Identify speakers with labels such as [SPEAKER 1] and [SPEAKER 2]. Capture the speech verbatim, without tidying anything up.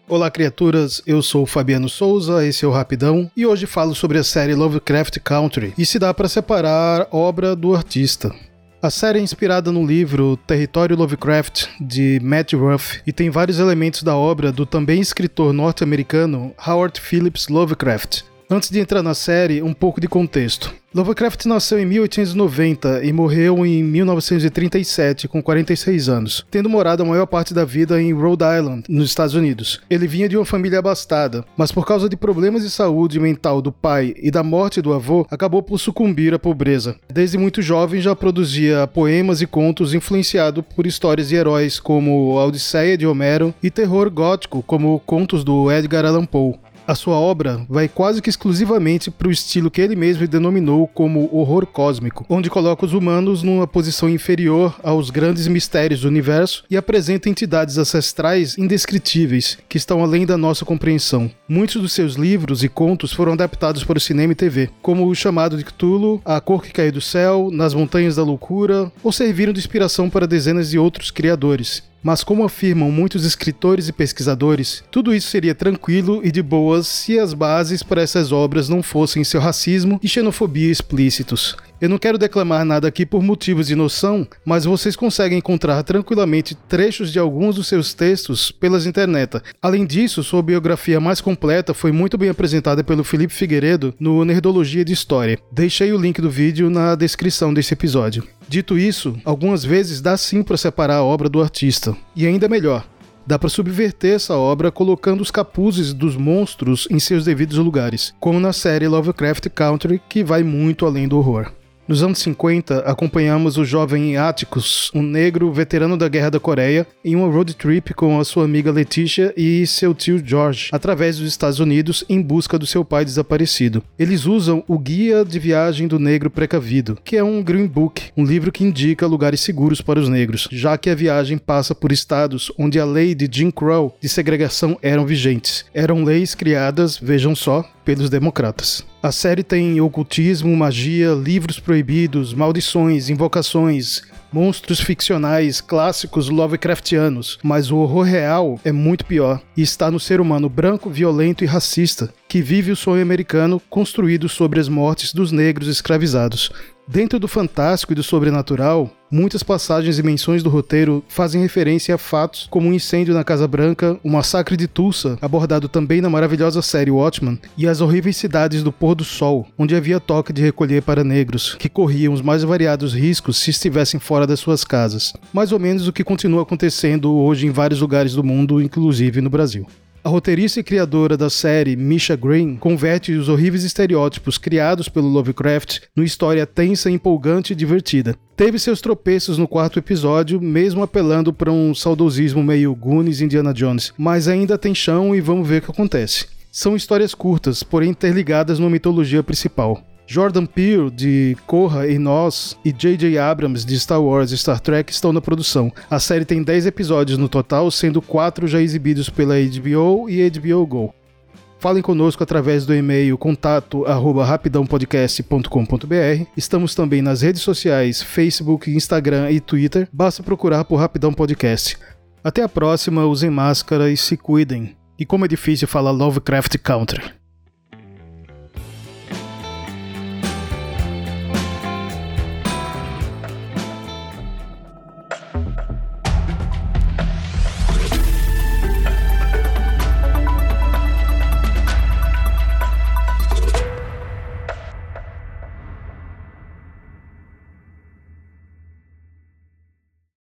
[SPEAKER 1] Olá, criaturas, eu sou o Fabiano Souza, esse é o Rapidão, e hoje falo sobre a série Lovecraft Country, e se dá para separar obra do artista. A série é inspirada no livro Território Lovecraft, de Matt Ruff, e tem vários elementos da obra do também escritor norte-americano Howard Phillips Lovecraft. Antes de entrar na série, um pouco de contexto. Lovecraft nasceu em mil oitocentos e noventa e morreu em mil novecentos e trinta e sete, com quarenta e seis anos, tendo morado a maior parte da vida em Rhode Island, nos Estados Unidos. Ele vinha de uma família abastada, mas por causa de problemas de saúde mental do pai e da morte do avô, acabou por sucumbir à pobreza. Desde muito jovem já produzia poemas e contos influenciado por histórias de heróis como a Odisseia de Homero e terror gótico como contos do Edgar Allan Poe. A sua obra vai quase que exclusivamente para o estilo que ele mesmo denominou como horror cósmico, onde coloca os humanos numa posição inferior aos grandes mistérios do universo e apresenta entidades ancestrais indescritíveis, que estão além da nossa compreensão. Muitos dos seus livros e contos foram adaptados para o cinema e T V, como O Chamado de Cthulhu, A Cor que Caiu do Céu, Nas Montanhas da Loucura, ou serviram de inspiração para dezenas de outros criadores. Mas como afirmam muitos escritores e pesquisadores, tudo isso seria tranquilo e de boas se as bases para essas obras não fossem seu racismo e xenofobia explícitos. Eu não quero declamar nada aqui por motivos de noção, mas vocês conseguem encontrar tranquilamente trechos de alguns dos seus textos pelas internet. Além disso, sua biografia mais completa foi muito bem apresentada pelo Felipe Figueiredo no Nerdologia de História. Deixei o link do vídeo na descrição desse episódio. Dito isso, algumas vezes dá sim para separar a obra do artista. E ainda melhor, dá para subverter essa obra colocando os capuzes dos monstros em seus devidos lugares, como na série Lovecraft Country, que vai muito além do horror. Nos anos cinquenta, acompanhamos o jovem Atticus, um negro veterano da Guerra da Coreia, em uma road trip com a sua amiga Leticia e seu tio George, através dos Estados Unidos em busca do seu pai desaparecido. Eles usam o Guia de Viagem do Negro Precavido, que é um Green Book, um livro que indica lugares seguros para os negros, já que a viagem passa por estados onde a lei de Jim Crow de segregação eram vigentes. Eram leis criadas, vejam só, pelos democratas. A série tem ocultismo, magia, livros proibidos, maldições, invocações, monstros ficcionais clássicos Lovecraftianos, mas o horror real é muito pior e está no ser humano branco, violento e racista, que vive o sonho americano construído sobre as mortes dos negros escravizados. Dentro do fantástico e do sobrenatural, muitas passagens e menções do roteiro fazem referência a fatos como o um incêndio na Casa Branca, o massacre de Tulsa, abordado também na maravilhosa série Watchmen, e as horríveis cidades do pôr do sol, onde havia toque de recolher para negros, que corriam os mais variados riscos se estivessem fora das suas casas. Mais ou menos o que continua acontecendo hoje em vários lugares do mundo, inclusive no Brasil. A roteirista e criadora da série, Misha Green, converte os horríveis estereótipos criados pelo Lovecraft numa história tensa, empolgante e divertida. Teve seus tropeços no quarto episódio, mesmo apelando para um saudosismo meio Goonies e Indiana Jones, mas ainda tem chão e vamos ver o que acontece. São histórias curtas, porém interligadas numa mitologia principal. Jordan Peele, de Korra e Nós, e J J Abrams, de Star Wars e Star Trek, estão na produção. A série tem dez episódios no total, sendo quatro já exibidos pela H B O e H B O Go. Falem conosco através do e-mail contato arroba rapidão podcast ponto com ponto b r. Estamos também nas redes sociais Facebook, Instagram e Twitter. Basta procurar por Rapidão Podcast. Até a próxima, usem máscara e se cuidem. E como é difícil falar Lovecraft Country.